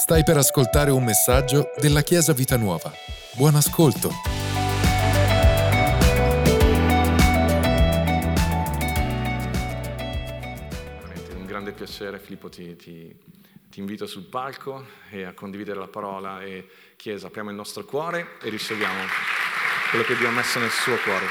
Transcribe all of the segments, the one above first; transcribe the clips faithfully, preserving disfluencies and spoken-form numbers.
Stai per ascoltare un messaggio della Chiesa Vita Nuova. Buon ascolto. Veramente un grande piacere, Filippo, ti, ti, ti invito sul palco e a condividere la parola. E Chiesa, apriamo il nostro cuore e riceviamo quello che Dio ha messo nel suo cuore.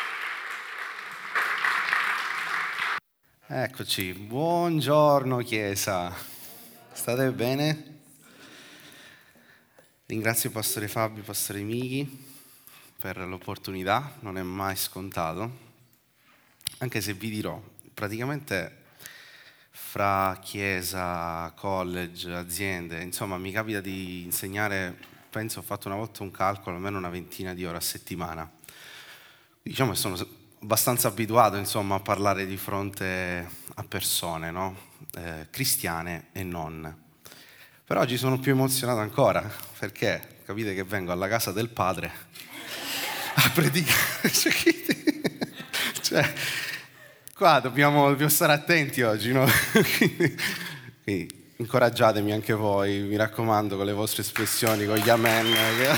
Eccoci, buongiorno Chiesa, state bene? Ringrazio il Pastore Fabio e il Pastore Michi per l'opportunità, non è mai scontato, anche se vi dirò, praticamente fra chiesa, college, aziende, insomma mi capita di insegnare, penso ho fatto una volta un calcolo, almeno una ventina di ore a settimana. Diciamo che sono abbastanza abituato insomma a parlare di fronte a persone, no? eh, cristiane e non. Però oggi sono più emozionato ancora, perché capite che vengo alla casa del Padre a predicare. Cioè, qua dobbiamo, dobbiamo stare attenti oggi, no? Quindi, quindi incoraggiatemi anche voi, mi raccomando, con le vostre espressioni, con gli amen.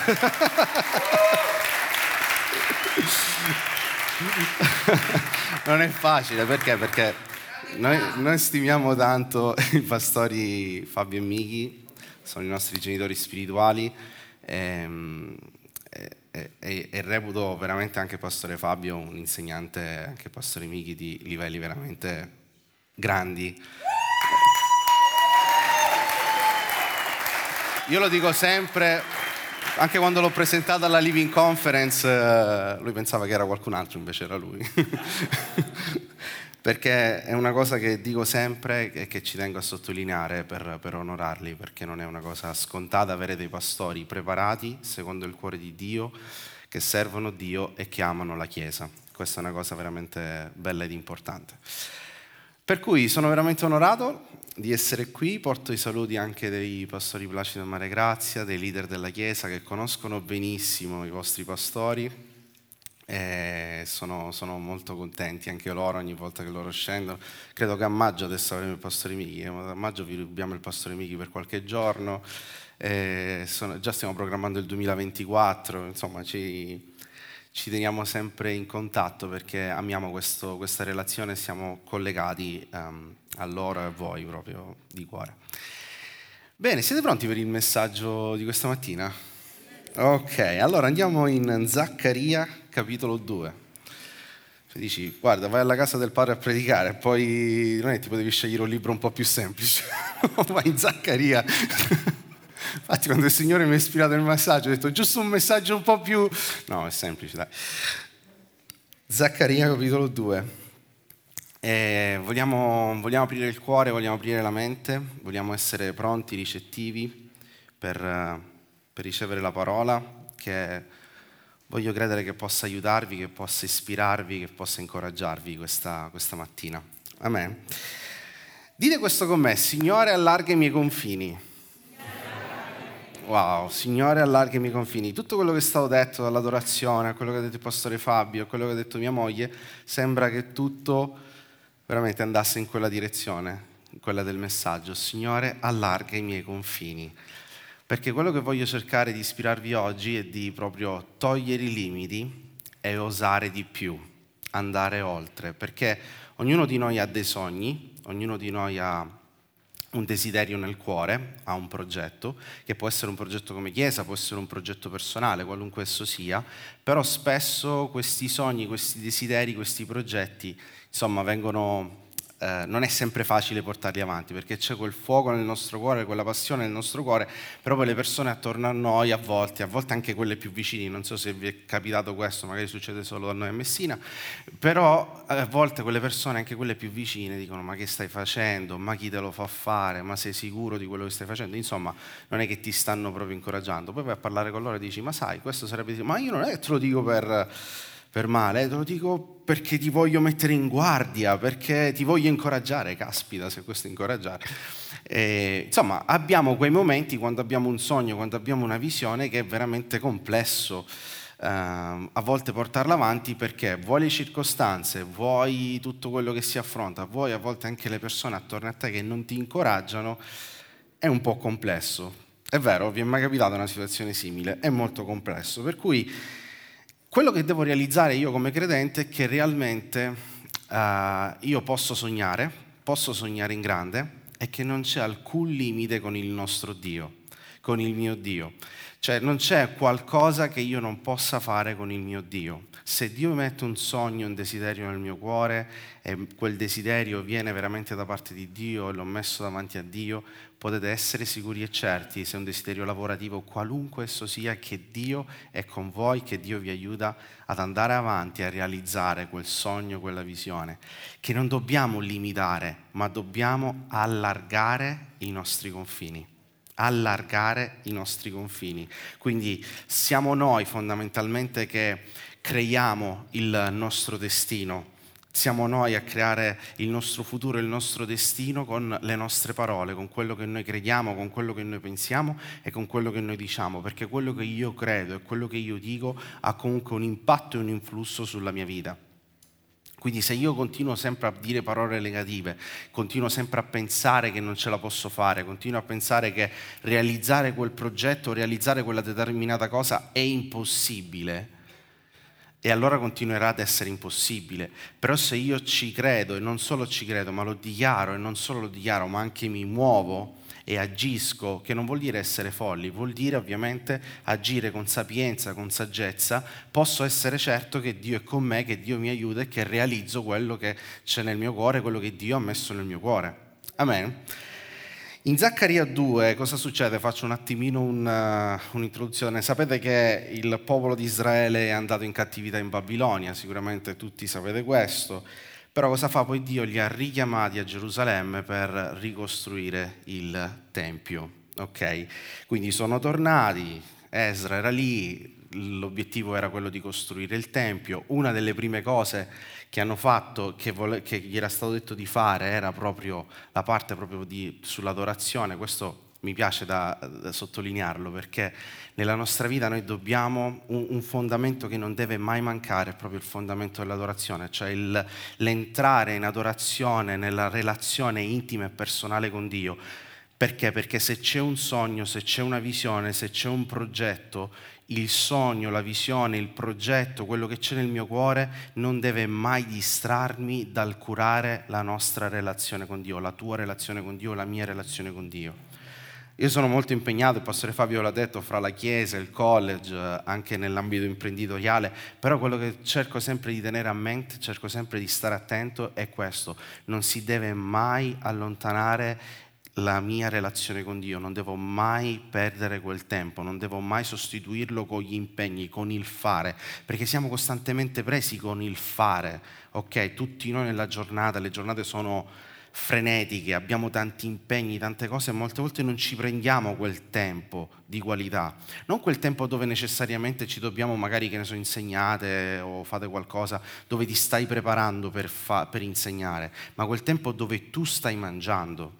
Non è facile, perché? Perché noi, noi stimiamo tanto i pastori Fabio e Michi, sono i nostri genitori spirituali e, e, e, e reputo veramente anche pastore Fabio un insegnante, anche pastore Michi, di livelli veramente grandi. Io lo dico sempre, anche quando l'ho presentato alla Living Conference, lui pensava che era qualcun altro, invece era lui. Perché è una cosa che dico sempre e che ci tengo a sottolineare per, per onorarli, perché non è una cosa scontata avere dei pastori preparati secondo il cuore di Dio, che servono Dio e che amano la Chiesa. Questa è una cosa veramente bella ed importante. Per cui sono veramente onorato di essere qui, porto i saluti anche dei pastori Placido e Mare Grazia, dei leader della Chiesa che conoscono benissimo i vostri pastori. E sono, sono molto contenti anche loro ogni volta che loro scendono. Credo che a maggio adesso avremo il Pastore Michi, a maggio vi rubiamo il Pastore Michi per qualche giorno, e sono, già stiamo programmando il duemilaventiquattro, insomma ci, ci teniamo sempre in contatto perché amiamo questo, questa relazione, siamo collegati um, a loro e a voi proprio di cuore. Bene, siete pronti per il messaggio di questa mattina? Ok, allora andiamo in Zaccaria capitolo due. Cioè dici, guarda, vai alla casa del padre a predicare, poi non è tipo devi scegliere un libro un po' più semplice. Vai in Zaccaria. Infatti quando il Signore mi ha ispirato il messaggio ho detto giusto un messaggio un po' più... No, è semplice, dai. Zaccaria capitolo due. E vogliamo, vogliamo aprire il cuore, vogliamo aprire la mente, vogliamo essere pronti, ricettivi per... per ricevere la parola, che voglio credere che possa aiutarvi, che possa ispirarvi, che possa incoraggiarvi questa, questa mattina. Amen. Dite questo con me: Signore, allarga i miei confini. Wow, Signore, allarga i miei confini. Tutto quello che è stato detto dall'adorazione, a quello che ha detto il pastore Fabio, a quello che ha detto mia moglie, sembra che tutto veramente andasse in quella direzione, in quella del messaggio. Signore, allarga i miei confini. Perché quello che voglio cercare di ispirarvi oggi è di proprio togliere i limiti e osare di più, andare oltre, perché ognuno di noi ha dei sogni, ognuno di noi ha un desiderio nel cuore, ha un progetto, che può essere un progetto come Chiesa, può essere un progetto personale, qualunque esso sia, però spesso questi sogni, questi desideri, questi progetti, insomma, vengono... Eh, non è sempre facile portarli avanti perché c'è quel fuoco nel nostro cuore, quella passione nel nostro cuore, però poi le persone attorno a noi a volte, a volte anche quelle più vicine, non so se vi è capitato questo, magari succede solo da noi a Messina, però a volte quelle persone, anche quelle più vicine, dicono: ma che stai facendo? Ma chi te lo fa fare? Ma sei sicuro di quello che stai facendo? Insomma, non è che ti stanno proprio incoraggiando. Poi vai a parlare con loro e dici: ma sai, questo sarebbe... ma io non è che te lo dico per... per male, te lo dico perché ti voglio mettere in guardia, perché ti voglio incoraggiare. Caspita, se questo è incoraggiare. E, insomma, abbiamo quei momenti quando abbiamo un sogno, quando abbiamo una visione che è veramente complesso eh, a volte portarla avanti, perché vuoi le circostanze, vuoi tutto quello che si affronta, vuoi a volte anche le persone attorno a te che non ti incoraggiano, è un po' complesso. È vero, vi è mai capitata una situazione simile? È molto complesso, per cui quello che devo realizzare io come credente è che realmente uh, io posso sognare, posso sognare in grande e che non c'è alcun limite con il nostro Dio, con il mio Dio. Cioè non c'è qualcosa che io non possa fare con il mio Dio. Se Dio mette un sogno, un desiderio nel mio cuore e quel desiderio viene veramente da parte di Dio e l'ho messo davanti a Dio, potete essere sicuri e certi, se è un desiderio lavorativo, qualunque esso sia, che Dio è con voi, che Dio vi aiuta ad andare avanti, a realizzare quel sogno, quella visione, che non dobbiamo limitare, ma dobbiamo allargare i nostri confini. allargare i nostri confini. Quindi siamo noi fondamentalmente che creiamo il nostro destino, siamo noi a creare il nostro futuro, il nostro destino con le nostre parole, con quello che noi crediamo, con quello che noi pensiamo e con quello che noi diciamo, perché quello che io credo e quello che io dico ha comunque un impatto e un influsso sulla mia vita. Quindi se io continuo sempre a dire parole negative, continuo sempre a pensare che non ce la posso fare, continuo a pensare che realizzare quel progetto, realizzare quella determinata cosa è impossibile, e allora continuerà ad essere impossibile. Però se io ci credo, e non solo ci credo, ma lo dichiaro, e non solo lo dichiaro, ma anche mi muovo e agisco, che non vuol dire essere folli, vuol dire ovviamente agire con sapienza, con saggezza, posso essere certo che Dio è con me, che Dio mi aiuta e che realizzo quello che c'è nel mio cuore, quello che Dio ha messo nel mio cuore. Amen. In Zaccaria due cosa succede? Faccio un attimino un, uh, un'introduzione. Sapete che il popolo di Israele è andato in cattività in Babilonia, sicuramente tutti sapete questo. Però cosa fa? Poi Dio li ha richiamati a Gerusalemme per ricostruire il Tempio, ok? Quindi sono tornati, Esra era lì, l'obiettivo era quello di costruire il Tempio. Una delle prime cose che hanno fatto, che, vole- che gli era stato detto di fare, era proprio la parte proprio di, sull'adorazione. Questo mi piace da, da sottolinearlo, perché nella nostra vita noi dobbiamo un, un fondamento che non deve mai mancare, è proprio il fondamento dell'adorazione, cioè il, l'entrare in adorazione, nella relazione intima e personale con Dio. Perché? Perché se c'è un sogno, se c'è una visione, se c'è un progetto, il sogno, la visione, il progetto, quello che c'è nel mio cuore non deve mai distrarmi dal curare la nostra relazione con Dio, la tua relazione con Dio, la mia relazione con Dio. Io sono molto impegnato, il pastore Fabio l'ha detto, fra la chiesa, il college, anche nell'ambito imprenditoriale, però quello che cerco sempre di tenere a mente, cerco sempre di stare attento è questo: non si deve mai allontanare la mia relazione con Dio, non devo mai perdere quel tempo, non devo mai sostituirlo con gli impegni, con il fare, perché siamo costantemente presi con il fare, ok? Tutti noi nella giornata, le giornate sono frenetiche, abbiamo tanti impegni, tante cose, e molte volte non ci prendiamo quel tempo di qualità, non quel tempo dove necessariamente ci dobbiamo, magari, che ne so, insegnate o fate qualcosa dove ti stai preparando per, fa- per insegnare, ma quel tempo dove tu stai mangiando.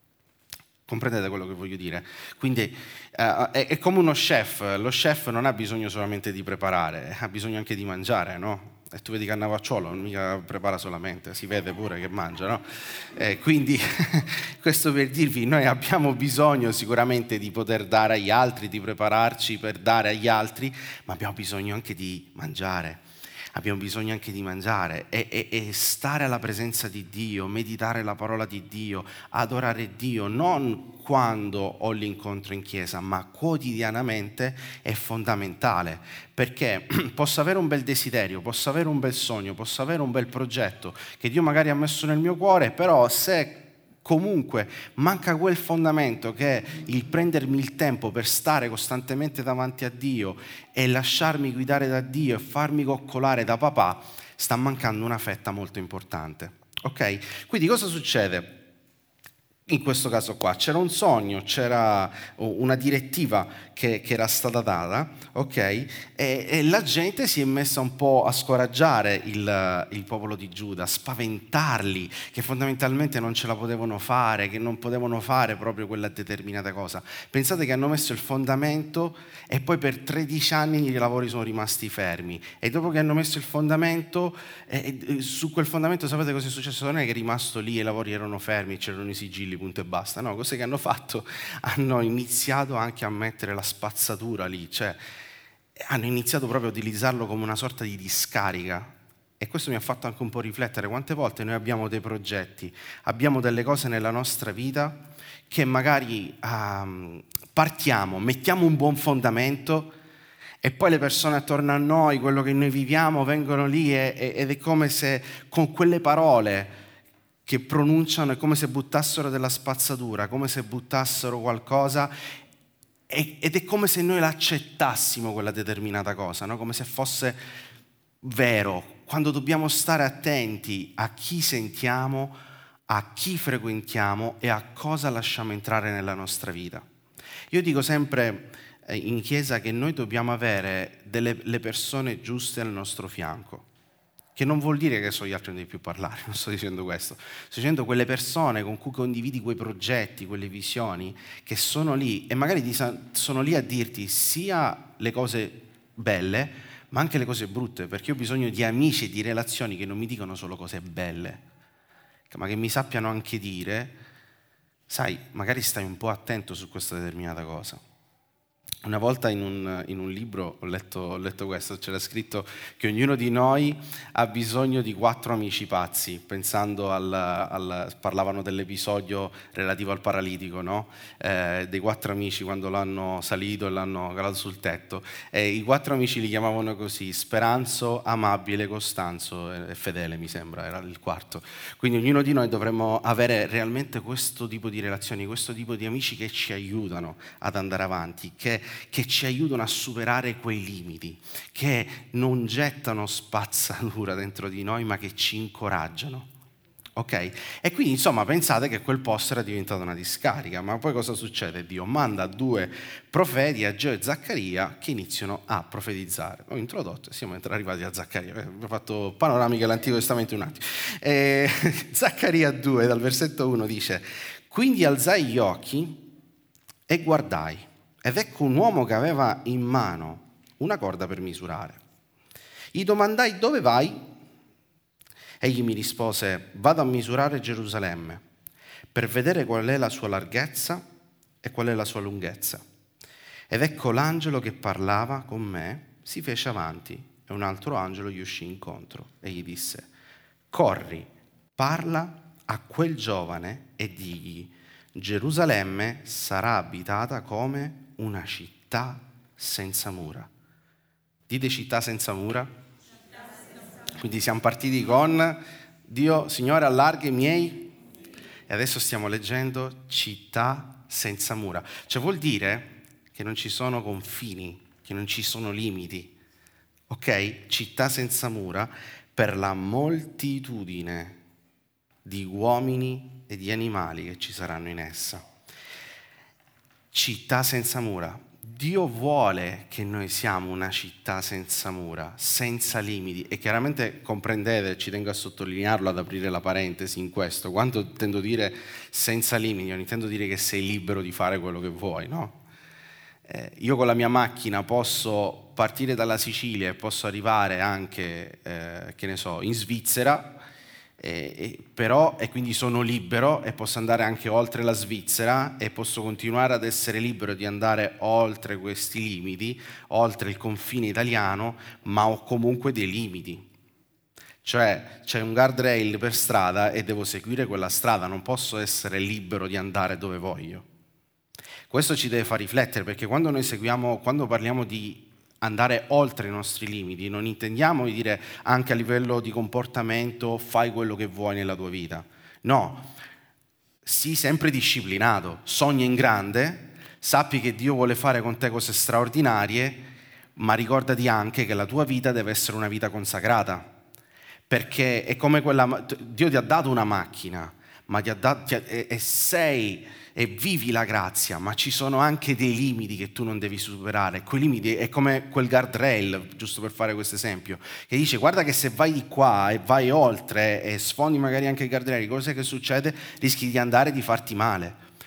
Comprendete quello che voglio dire? Quindi uh, è, è come uno chef. Lo chef non ha bisogno solamente di preparare, ha bisogno anche di mangiare, no? E tu vedi Cannavacciuolo non mica prepara solamente, si vede pure che mangia, no? Eh, quindi questo per dirvi, noi abbiamo bisogno sicuramente di poter dare agli altri, di prepararci per dare agli altri, ma abbiamo bisogno anche di mangiare. Abbiamo bisogno anche di mangiare e, e, e stare alla presenza di Dio, meditare la parola di Dio, adorare Dio, non quando ho l'incontro in chiesa, ma quotidianamente è fondamentale, perché posso avere un bel desiderio, posso avere un bel sogno, posso avere un bel progetto che Dio magari ha messo nel mio cuore, però se comunque manca quel fondamento che è il prendermi il tempo per stare costantemente davanti a Dio e lasciarmi guidare da Dio e farmi coccolare da papà, sta mancando una fetta molto importante. Ok? Quindi cosa succede? In questo caso qua c'era un sogno, c'era una direttiva che, che era stata data, ok? E, e la gente si è messa un po' a scoraggiare il, il popolo di Giuda, a spaventarli, che fondamentalmente non ce la potevano fare, che non potevano fare proprio quella determinata cosa. Pensate che hanno messo il fondamento e poi per tredici anni i lavori sono rimasti fermi. E dopo che hanno messo il fondamento, eh, su quel fondamento sapete cosa è successo? Non è che è rimasto lì e i lavori erano fermi, c'erano i sigilli tranquilli, punto e basta. No, cose che hanno fatto, hanno iniziato anche a mettere la spazzatura lì, cioè hanno iniziato proprio a utilizzarlo come una sorta di discarica. E questo mi ha fatto anche un po' riflettere. Quante volte noi abbiamo dei progetti, abbiamo delle cose nella nostra vita che magari um, partiamo, mettiamo un buon fondamento e poi le persone attorno a noi, quello che noi viviamo, vengono lì e, e, ed è come se con quelle parole che pronunciano è come se buttassero della spazzatura, come se buttassero qualcosa e, ed è come se noi l'accettassimo quella determinata cosa, no? Come se fosse vero. Quando dobbiamo stare attenti a chi sentiamo, a chi frequentiamo e a cosa lasciamo entrare nella nostra vita. Io dico sempre in chiesa che noi dobbiamo avere delle le persone giuste al nostro fianco, che non vuol dire che so gli altri non devi più parlare, non sto dicendo questo, sto dicendo quelle persone con cui condividi quei progetti, quelle visioni, che sono lì e magari ti sono lì a dirti sia le cose belle, ma anche le cose brutte, perché io ho bisogno di amici e di relazioni che non mi dicono solo cose belle, ma che mi sappiano anche dire, sai, magari stai un po' attento su questa determinata cosa. Una volta in un, in un libro ho letto, ho letto questo, c'era scritto che ognuno di noi ha bisogno di quattro amici pazzi, pensando al, al parlavano dell'episodio relativo al paralitico, no? Eh, dei quattro amici quando l'hanno salito e l'hanno calato sul tetto, e i quattro amici li chiamavano così: Speranzo, Amabile, Costanzo e Fedele, mi sembra, era il quarto. Quindi ognuno di noi dovremmo avere realmente questo tipo di relazioni, questo tipo di amici che ci aiutano ad andare avanti, che che ci aiutano a superare quei limiti, che non gettano spazzatura dentro di noi, ma che ci incoraggiano. Ok? E quindi insomma pensate che quel posto era diventato una discarica, ma poi cosa succede? Dio manda due profeti, Ageo e Zaccaria, che iniziano a profetizzare. Ho introdotto, siamo arrivati a Zaccaria, abbiamo fatto panoramica dell'Antico Testamento un attimo. E, Zaccaria due, dal versetto uno dice: quindi alzai gli occhi e guardai, ed ecco un uomo che aveva in mano una corda per misurare. Gli domandai: dove vai? Egli mi rispose: vado a misurare Gerusalemme per vedere qual è la sua larghezza e qual è la sua lunghezza. Ed ecco l'angelo che parlava con me si fece avanti e un altro angelo gli uscì incontro e gli disse: corri, parla a quel giovane e digli: Gerusalemme sarà abitata come una città senza mura. Dite città senza mura? Città senza mura. Quindi siamo partiti con Dio, Signore, allarga i miei, e adesso stiamo leggendo città senza mura. Cioè vuol dire che non ci sono confini, che non ci sono limiti. Ok? Città senza mura per la moltitudine di uomini e di animali che ci saranno in essa. Città senza mura. Dio vuole che noi siamo una città senza mura, senza limiti, e chiaramente comprendete, ci tengo a sottolinearlo, ad aprire la parentesi in questo, quando intendo dire senza limiti, non intendo dire che sei libero di fare quello che vuoi, no? Eh, io con la mia macchina posso partire dalla Sicilia e posso arrivare anche, eh, che ne so, in Svizzera, E, e, però, e quindi sono libero e posso andare anche oltre la Svizzera e posso continuare ad essere libero di andare oltre questi limiti, oltre il confine italiano, ma ho comunque dei limiti. Cioè c'è un guardrail per strada e devo seguire quella strada, non posso essere libero di andare dove voglio. Questo ci deve far riflettere, perché quando noi seguiamo, quando parliamo di andare oltre i nostri limiti, non intendiamo di dire anche a livello di comportamento fai quello che vuoi nella tua vita. No, sii sempre disciplinato, sogna in grande, sappi che Dio vuole fare con te cose straordinarie, ma ricordati anche che la tua vita deve essere una vita consacrata, perché è come quella, Dio ti ha dato una macchina, ma ti ha dato, e, e sei e vivi la grazia, ma ci sono anche dei limiti che tu non devi superare. Quei limiti è come quel guardrail, giusto per fare questo esempio, che dice: guarda che se vai di qua e vai oltre e sfondi magari anche il guardrail, cosa che succede? Rischi di andare e di farti male.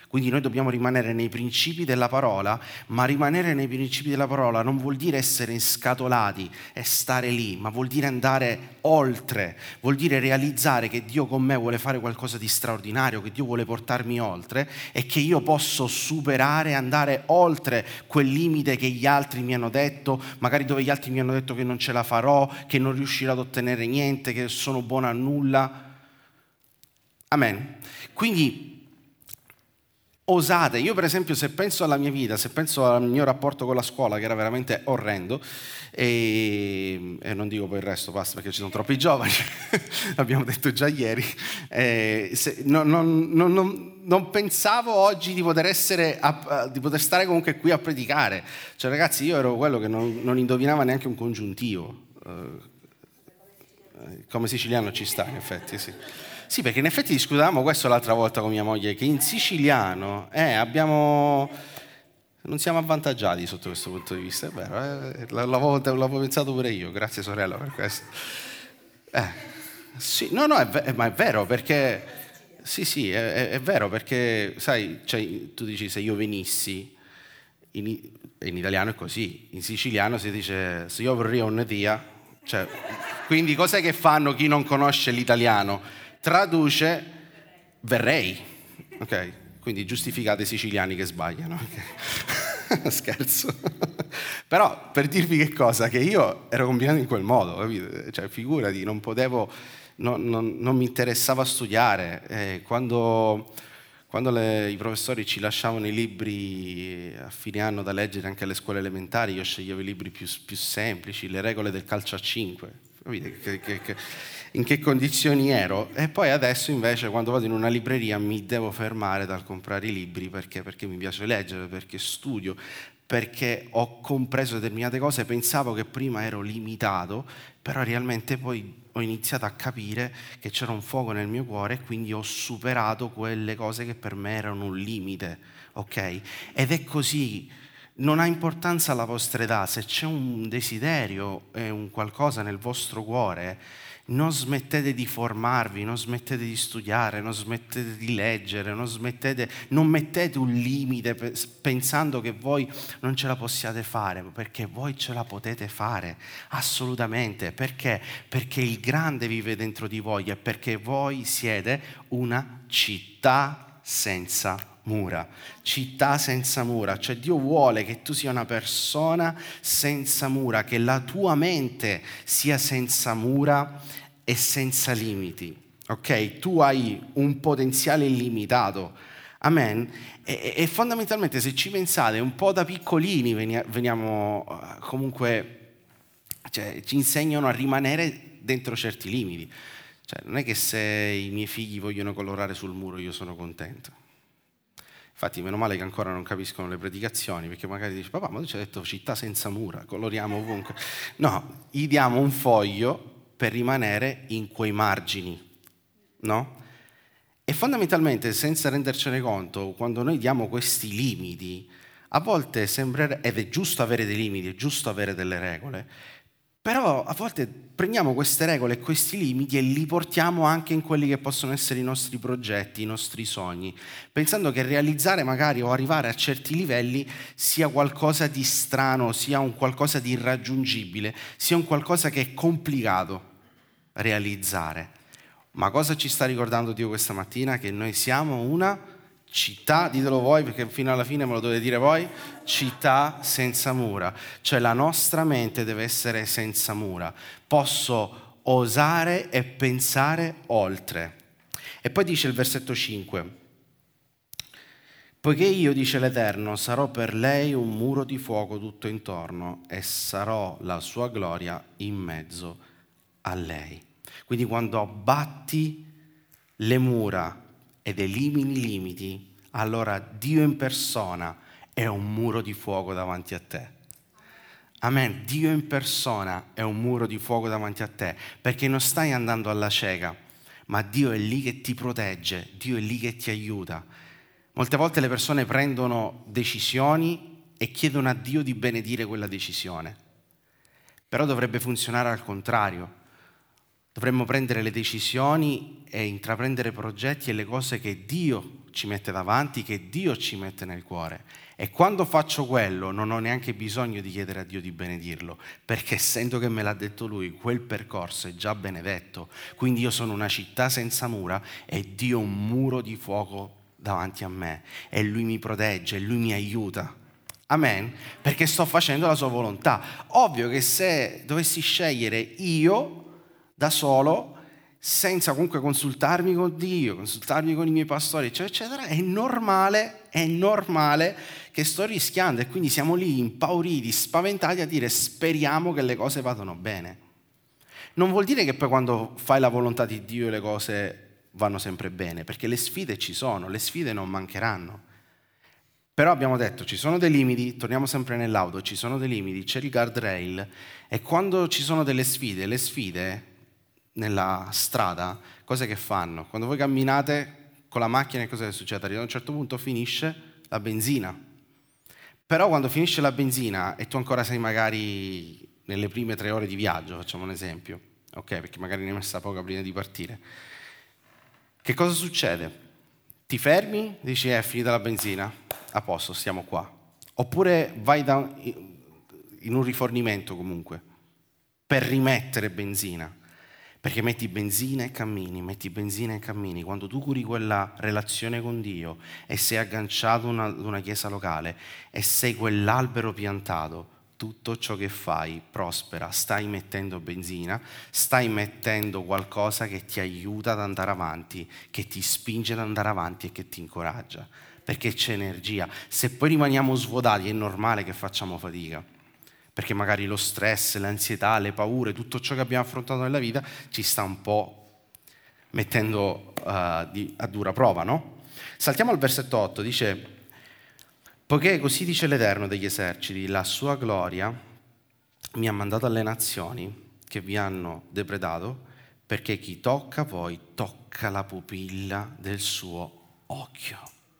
Quindi noi dobbiamo rimanere nei principi della parola, ma rimanere nei principi della parola non vuol dire essere inscatolati e stare lì, ma vuol dire andare oltre, vuol dire realizzare che Dio con me vuole fare qualcosa di straordinario, che Dio vuole portarmi oltre e che io posso superare, andare oltre quel limite che gli altri mi hanno detto, magari dove gli altri mi hanno detto che non ce la farò, che non riuscirò ad ottenere niente, che sono buono a nulla. Amen. Quindi osate. Io per esempio, se penso alla mia vita, se penso al mio rapporto con la scuola, che era veramente orrendo, e, e non dico poi il resto, basta perché ci sono troppi giovani, l'abbiamo detto già ieri, e se, non, non, non, non, non pensavo oggi di poter essere, a, di poter stare comunque qui a predicare. Cioè ragazzi, io ero quello che non, non indovinava neanche un congiuntivo. Come siciliano ci sta, in effetti, sì. Sì, perché in effetti discutavamo questo l'altra volta con mia moglie, che in siciliano eh, abbiamo... non siamo avvantaggiati sotto questo punto di vista, è vero, eh? l'avevo, l'avevo pensato pure io, grazie sorella per questo. Eh, sì, no, no, è, è, ma è vero, perché... Sì, sì, è, è vero, perché, sai, cioè, tu dici se io venissi, in, in italiano è così, in siciliano si dice se io vorrei un dia, cioè, quindi cos'è che fanno chi non conosce l'italiano? Traduce verrei, ok? Quindi giustificate i siciliani che sbagliano. Okay? Scherzo. Però per dirvi che cosa, che io ero combinato in quel modo, capite? Cioè figurati, non potevo, non, non, non mi interessava studiare. Eh, quando quando le, i professori ci lasciavano i libri a fine anno da leggere anche alle scuole elementari, io sceglievo i libri più, più semplici, le regole del calcio a cinque. Capite che, che, che, in che condizioni ero? E poi adesso invece quando vado in una libreria mi devo fermare dal comprare i libri perché, perché mi piace leggere, perché studio, perché ho compreso determinate cose. Pensavo che prima ero limitato, però realmente poi ho iniziato a capire che c'era un fuoco nel mio cuore e quindi ho superato quelle cose che per me erano un limite, ok? Ed è così. Non ha importanza la vostra età, se c'è un desiderio e un qualcosa nel vostro cuore, non smettete di formarvi, non smettete di studiare, non smettete di leggere, non smettete, non mettete un limite pensando che voi non ce la possiate fare, perché voi ce la potete fare, assolutamente. Perché? Perché il grande vive dentro di voi e perché voi siete una città senza mura, città senza mura, cioè Dio vuole che tu sia una persona senza mura, che la tua mente sia senza mura e senza limiti, ok? Tu hai un potenziale illimitato, amen? E, e fondamentalmente se ci pensate un po' da piccolini veniamo comunque, cioè, ci insegnano a rimanere dentro certi limiti, cioè non è che se i miei figli vogliono colorare sul muro io sono contento. Infatti meno male che ancora non capiscono le predicazioni, perché magari dici papà ma tu ci hai detto città senza mura, coloriamo ovunque. No, gli diamo un foglio per rimanere in quei margini, no? E fondamentalmente senza rendercene conto, quando noi diamo questi limiti, a volte sembra, ed è giusto avere dei limiti, è giusto avere delle regole, però a volte prendiamo queste regole e questi limiti e li portiamo anche in quelli che possono essere i nostri progetti, i nostri sogni, pensando che realizzare magari o arrivare a certi livelli sia qualcosa di strano, sia un qualcosa di irraggiungibile, sia un qualcosa che è complicato realizzare. Ma cosa ci sta ricordando Dio questa mattina? Che noi siamo una città, ditelo voi perché fino alla fine me lo dovete dire voi, città senza mura, cioè la nostra mente deve essere senza mura, posso osare e pensare oltre. E poi dice il versetto cinque, poiché io, dice l'Eterno, sarò per lei un muro di fuoco tutto intorno e sarò la sua gloria in mezzo a lei. Quindi quando abbatti le mura ed elimini i limiti, allora Dio in persona è un muro di fuoco davanti a te. Amen. Dio in persona è un muro di fuoco davanti a te, perché non stai andando alla cieca, ma Dio è lì che ti protegge, Dio è lì che ti aiuta. Molte volte le persone prendono decisioni e chiedono a Dio di benedire quella decisione, però dovrebbe funzionare al contrario. Dovremmo prendere le decisioni e intraprendere progetti e le cose che Dio ci mette davanti, che Dio ci mette nel cuore. E quando faccio quello non ho neanche bisogno di chiedere a Dio di benedirlo, perché essendo che me l'ha detto Lui, quel percorso è già benedetto. Quindi io sono una città senza mura e Dio un muro di fuoco davanti a me. E Lui mi protegge, e Lui mi aiuta. Amen? Perché sto facendo la sua volontà. Ovvio che se dovessi scegliere io da solo, senza comunque consultarmi con Dio, consultarmi con i miei pastori, eccetera, eccetera, è normale, è normale che sto rischiando, e quindi siamo lì impauriti, spaventati a dire speriamo che le cose vadano bene. Non vuol dire che poi quando fai la volontà di Dio le cose vanno sempre bene, perché le sfide ci sono, le sfide non mancheranno. Però abbiamo detto, ci sono dei limiti, torniamo sempre nell'auto, ci sono dei limiti, c'è il guardrail, e quando ci sono delle sfide, le sfide nella strada, cose che fanno? Quando voi camminate con la macchina, cosa che succede? Arriva a un certo punto finisce la benzina. Però quando finisce la benzina e tu ancora sei magari nelle prime tre ore di viaggio, facciamo un esempio, ok? Perché magari ne hai messa poca prima di partire. Che cosa succede? Ti fermi, dici è finita la benzina, a posto, stiamo qua. Oppure vai da, in un rifornimento comunque, per rimettere benzina. Perché metti benzina e cammini, metti benzina e cammini. Quando tu curi quella relazione con Dio e sei agganciato ad una, una chiesa locale e sei quell'albero piantato, tutto ciò che fai prospera, stai mettendo benzina, stai mettendo qualcosa che ti aiuta ad andare avanti, che ti spinge ad andare avanti e che ti incoraggia, perché c'è energia. Se poi rimaniamo svuotati è normale che facciamo fatica, perché magari lo stress, l'ansietà, le paure, tutto ciò che abbiamo affrontato nella vita ci sta un po' mettendo uh, di, a dura prova, no? Saltiamo al versetto otto, dice: poiché così dice l'Eterno degli eserciti, la sua gloria mi ha mandato alle nazioni che vi hanno depredato, perché chi tocca voi tocca la pupilla del suo occhio.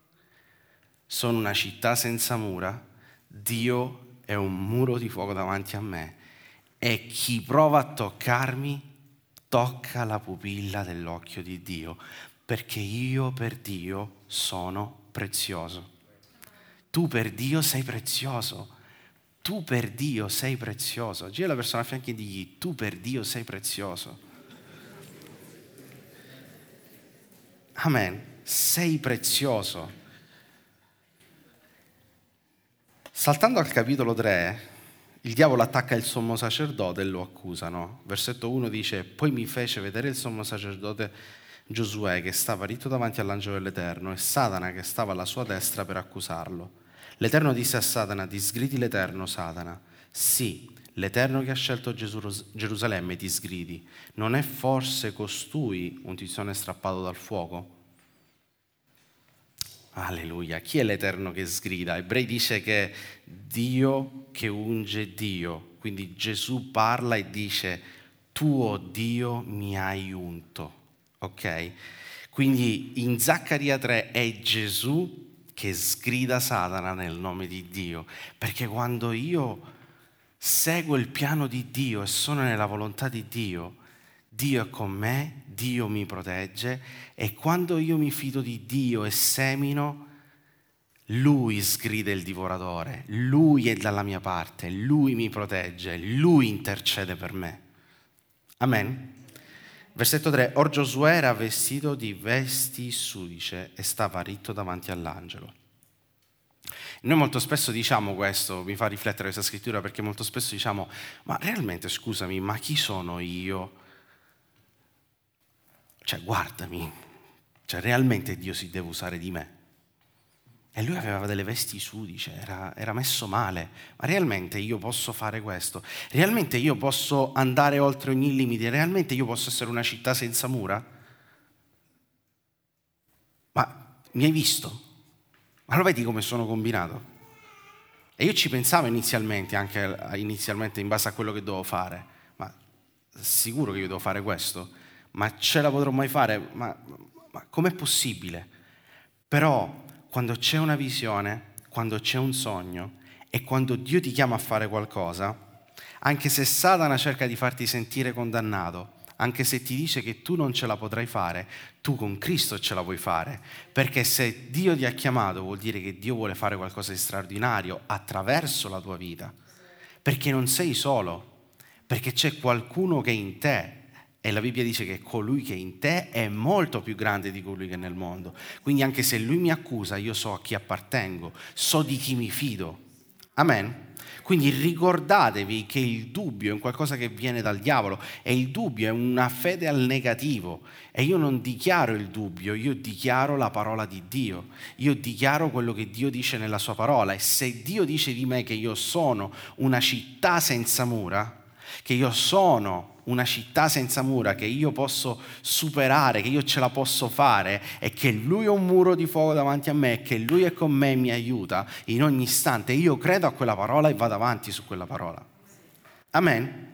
Sono una città senza mura, Dio è un muro di fuoco davanti a me, e chi prova a toccarmi tocca la pupilla dell'occhio di Dio, perché io per Dio sono prezioso. Tu per Dio sei prezioso, tu per Dio sei prezioso. Gira la persona a fianco e digli: tu per Dio sei prezioso. Amen, sei prezioso. Saltando al capitolo tre, il diavolo attacca il sommo sacerdote e lo accusano. Versetto uno dice: poi mi fece vedere il sommo sacerdote Giosuè che stava ritto davanti all'angelo dell'Eterno e Satana che stava alla sua destra per accusarlo. L'Eterno disse a Satana: disgridi l'Eterno, Satana. Sì, l'Eterno che ha scelto Gerusalemme ti sgridi. Non è forse costui un tizzone strappato dal fuoco? Alleluia. Chi è l'Eterno che sgrida? Ebrei dice che Dio che unge Dio. Quindi Gesù parla e dice: tuo Dio mi hai unto. Ok? Quindi in Zaccaria tre è Gesù che sgrida Satana nel nome di Dio. Perché quando io seguo il piano di Dio e sono nella volontà di Dio, Dio è con me, Dio mi protegge, e quando io mi fido di Dio e semino, Lui sgrida il divoratore, Lui è dalla mia parte, Lui mi protegge, Lui intercede per me. Amen. Versetto tre, or Giosuè era vestito di vesti sudice e stava ritto davanti all'angelo. Noi molto spesso diciamo questo, mi fa riflettere questa scrittura, perché molto spesso diciamo: ma realmente, scusami, ma chi sono io? Cioè, guardami, cioè realmente Dio si deve usare di me? E lui aveva delle vesti sudice, era, era messo male. Ma realmente io posso fare questo? Realmente io posso andare oltre ogni limite? Realmente io posso essere una città senza mura? Ma mi hai visto? Ma lo vedi come sono combinato? E io ci pensavo inizialmente, anche inizialmente in base a quello che dovevo fare. Ma sicuro che io devo fare questo? Ma ce la potrò mai fare? Ma, ma com'è possibile? Però quando c'è una visione, quando c'è un sogno e quando Dio ti chiama a fare qualcosa, anche se Satana cerca di farti sentire condannato, anche se ti dice che tu non ce la potrai fare, tu con Cristo ce la puoi fare, perché se Dio ti ha chiamato vuol dire che Dio vuole fare qualcosa di straordinario attraverso la tua vita, perché non sei solo, perché c'è qualcuno che è in te. E la Bibbia dice che colui che è in te è molto più grande di colui che è nel mondo. Quindi anche se lui mi accusa, io so a chi appartengo, so di chi mi fido. Amen? Quindi ricordatevi che il dubbio è un qualcosa che viene dal diavolo e il dubbio è una fede al negativo. E io non dichiaro il dubbio, io dichiaro la parola di Dio. Io dichiaro quello che Dio dice nella sua parola. E se Dio dice di me che io sono una città senza mura, che io sono una città senza mura, che io posso superare, che io ce la posso fare e che Lui è un muro di fuoco davanti a me e che Lui è con me e mi aiuta in ogni istante, io credo a quella parola e vado avanti su quella parola. Amen.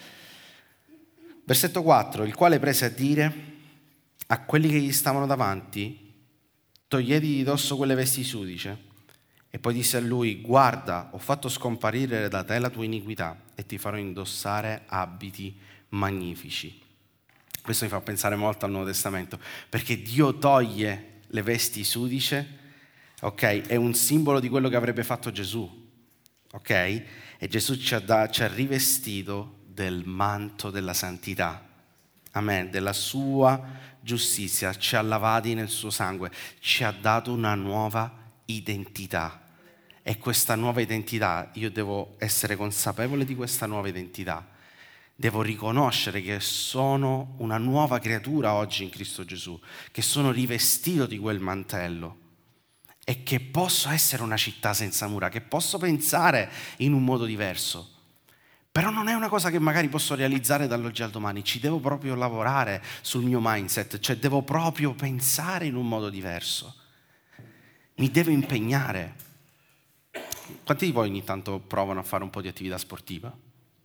Versetto quattro, il quale prese a dire a quelli che gli stavano davanti: toglieti di dosso quelle vesti sudice. E poi disse a lui: guarda, ho fatto scomparire da te la tua iniquità e ti farò indossare abiti magnifici. Questo mi fa pensare molto al Nuovo Testamento, perché Dio toglie le vesti sudice, ok? È un simbolo di quello che avrebbe fatto Gesù, ok? E Gesù ci ha, da, ci ha rivestito del manto della santità, amen, della sua giustizia, ci ha lavati nel suo sangue, ci ha dato una nuova identità. E questa nuova identità, io devo essere consapevole di questa nuova identità. Devo riconoscere che sono una nuova creatura oggi in Cristo Gesù, che sono rivestito di quel mantello e che posso essere una città senza mura, che posso pensare in un modo diverso. Però non è una cosa che magari posso realizzare dall'oggi al domani, ci devo proprio lavorare sul mio mindset, cioè devo proprio pensare in un modo diverso. Mi devo impegnare. Quanti di voi ogni tanto provano a fare un po' di attività sportiva?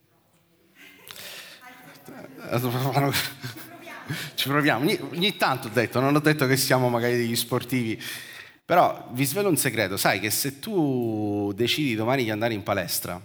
Ci proviamo, ogni, ogni tanto ho detto, non ho detto che siamo magari degli sportivi, però vi svelo un segreto, sai che se tu decidi domani di andare in palestra,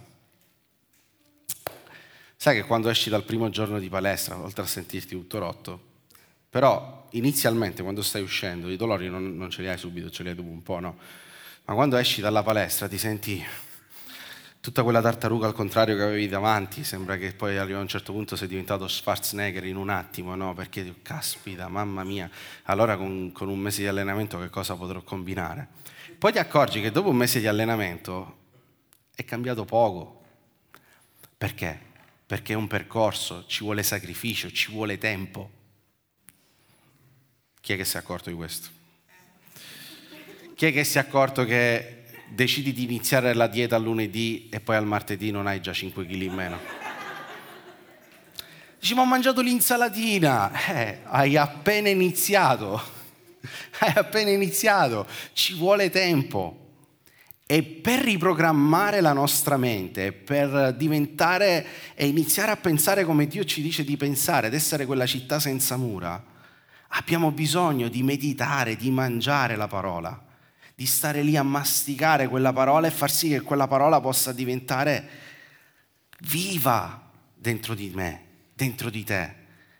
sai che quando esci dal primo giorno di palestra, oltre a sentirti tutto rotto, però inizialmente quando stai uscendo i dolori non, non ce li hai subito, ce li hai dopo un po', no? Ma quando esci dalla palestra ti senti tutta quella tartaruga al contrario che avevi davanti, sembra che poi arriva a un certo punto sei diventato Schwarzenegger in un attimo, no? Perché caspita, mamma mia, allora con, con un mese di allenamento che cosa potrò combinare? Poi ti accorgi che dopo un mese di allenamento è cambiato poco. Perché? Perché è un percorso, ci vuole sacrificio, ci vuole tempo. Chi è che si è accorto di questo? Chi è che si è accorto che decidi di iniziare la dieta al lunedì e poi al martedì non hai già cinque chili in meno? Dici, ma ho mangiato l'insalatina. Eh, hai appena iniziato. Hai appena iniziato. Ci vuole tempo. E per riprogrammare la nostra mente, per diventare e iniziare a pensare come Dio ci dice di pensare, ad essere quella città senza mura, abbiamo bisogno di meditare, di mangiare la parola, di stare lì a masticare quella parola e far sì che quella parola possa diventare viva dentro di me, dentro di te.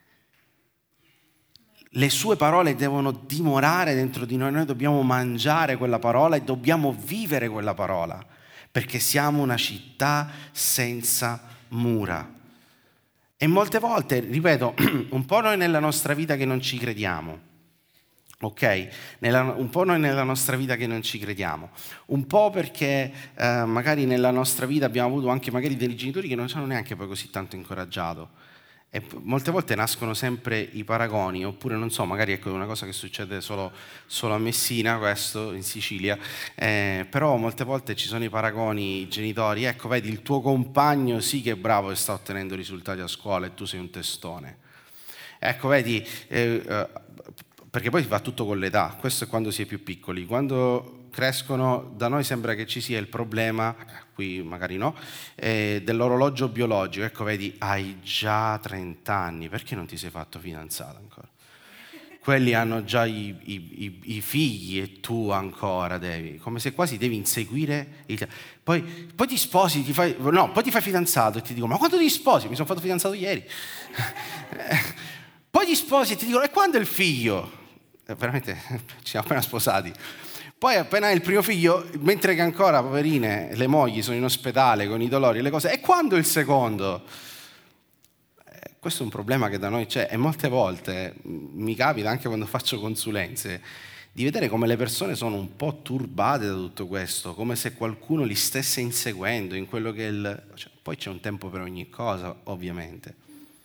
Le sue parole devono dimorare dentro di noi, noi dobbiamo mangiare quella parola e dobbiamo vivere quella parola, perché siamo una città senza mura. E molte volte, ripeto, un po' noi nella nostra vita che non ci crediamo, ok? Nella, un po' noi nella nostra vita che non ci crediamo, un po' perché eh, magari nella nostra vita abbiamo avuto anche magari dei genitori che non ci hanno neanche poi così tanto incoraggiato. E molte volte nascono sempre i paragoni, oppure non so, magari ecco una cosa che succede solo, solo a Messina, questo, in Sicilia, eh, però molte volte ci sono i paragoni, i genitori, ecco vedi il tuo compagno sì che è bravo e sta ottenendo risultati a scuola e tu sei un testone. Ecco vedi, eh, eh, perché poi va tutto con l'età, questo è quando si è più piccoli, quando crescono da noi sembra che ci sia il problema, qui magari no, eh, dell'orologio biologico, ecco vedi hai già trenta anni, perché non ti sei fatto fidanzata ancora? Quelli hanno già i, i, i, i figli e tu ancora devi, come se quasi devi inseguire il... Poi, poi ti sposi, ti fai, no, poi ti fai fidanzato e ti dico ma quando ti sposi? Mi sono fatto fidanzato ieri. Poi gli sposi ti dicono, e quando è il figlio? Eh, veramente, ci siamo appena sposati. Poi appena hai il primo figlio, mentre che ancora, poverine, le mogli sono in ospedale con i dolori e le cose, e quando il secondo? Eh, questo è un problema che da noi c'è e molte volte mi capita anche quando faccio consulenze di vedere come le persone sono un po' turbate da tutto questo, come se qualcuno li stesse inseguendo in quello che è il... Cioè, poi c'è un tempo per ogni cosa, ovviamente.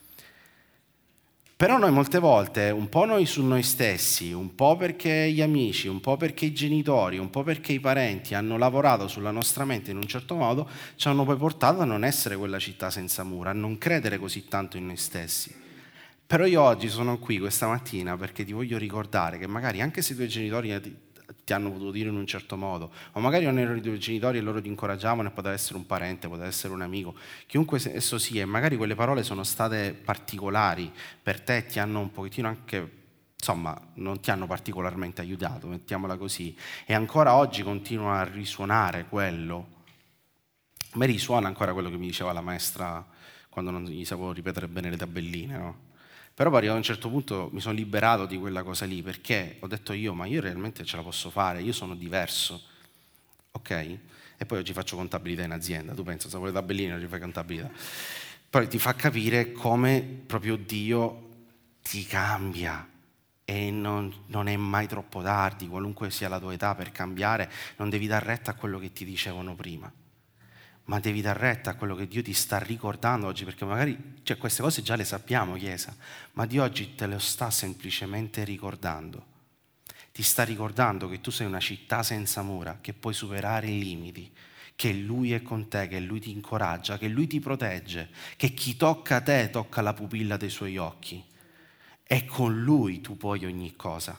Però noi molte volte, un po' noi su noi stessi, un po' perché gli amici, un po' perché i genitori, un po' perché i parenti hanno lavorato sulla nostra mente in un certo modo, ci hanno poi portato a non essere quella città senza mura, a non credere così tanto in noi stessi. Però io oggi sono qui questa mattina perché ti voglio ricordare che magari anche se i tuoi genitori ti, ti hanno potuto dire in un certo modo, o magari non erano i tuoi genitori e loro ti incoraggiavano e poteva essere un parente, poteva essere un amico, chiunque esso sia, e magari quelle parole sono state particolari per te, ti hanno un pochettino anche, insomma, non ti hanno particolarmente aiutato, mettiamola così, e ancora oggi continua a risuonare quello. A me risuona ancora quello che mi diceva la maestra quando non gli sapevo ripetere bene le tabelline, no? Però poi a un certo punto mi sono liberato di quella cosa lì, perché ho detto io, ma io realmente ce la posso fare, io sono diverso, ok? E poi oggi faccio contabilità in azienda, tu pensa, se vuoi le tabelline oggi fai contabilità. Poi ti fa capire come proprio Dio ti cambia e non, non è mai troppo tardi, qualunque sia la tua età per cambiare, non devi dar retta a quello che ti dicevano prima. Ma devi dar retta a quello che Dio ti sta ricordando oggi, perché magari, cioè, queste cose già le sappiamo, Chiesa, ma Dio oggi te le sta semplicemente ricordando. Ti sta ricordando che tu sei una città senza mura, che puoi superare i limiti, che Lui è con te, che Lui ti incoraggia, che Lui ti protegge, che chi tocca te tocca la pupilla dei Suoi occhi. E con Lui tu puoi ogni cosa.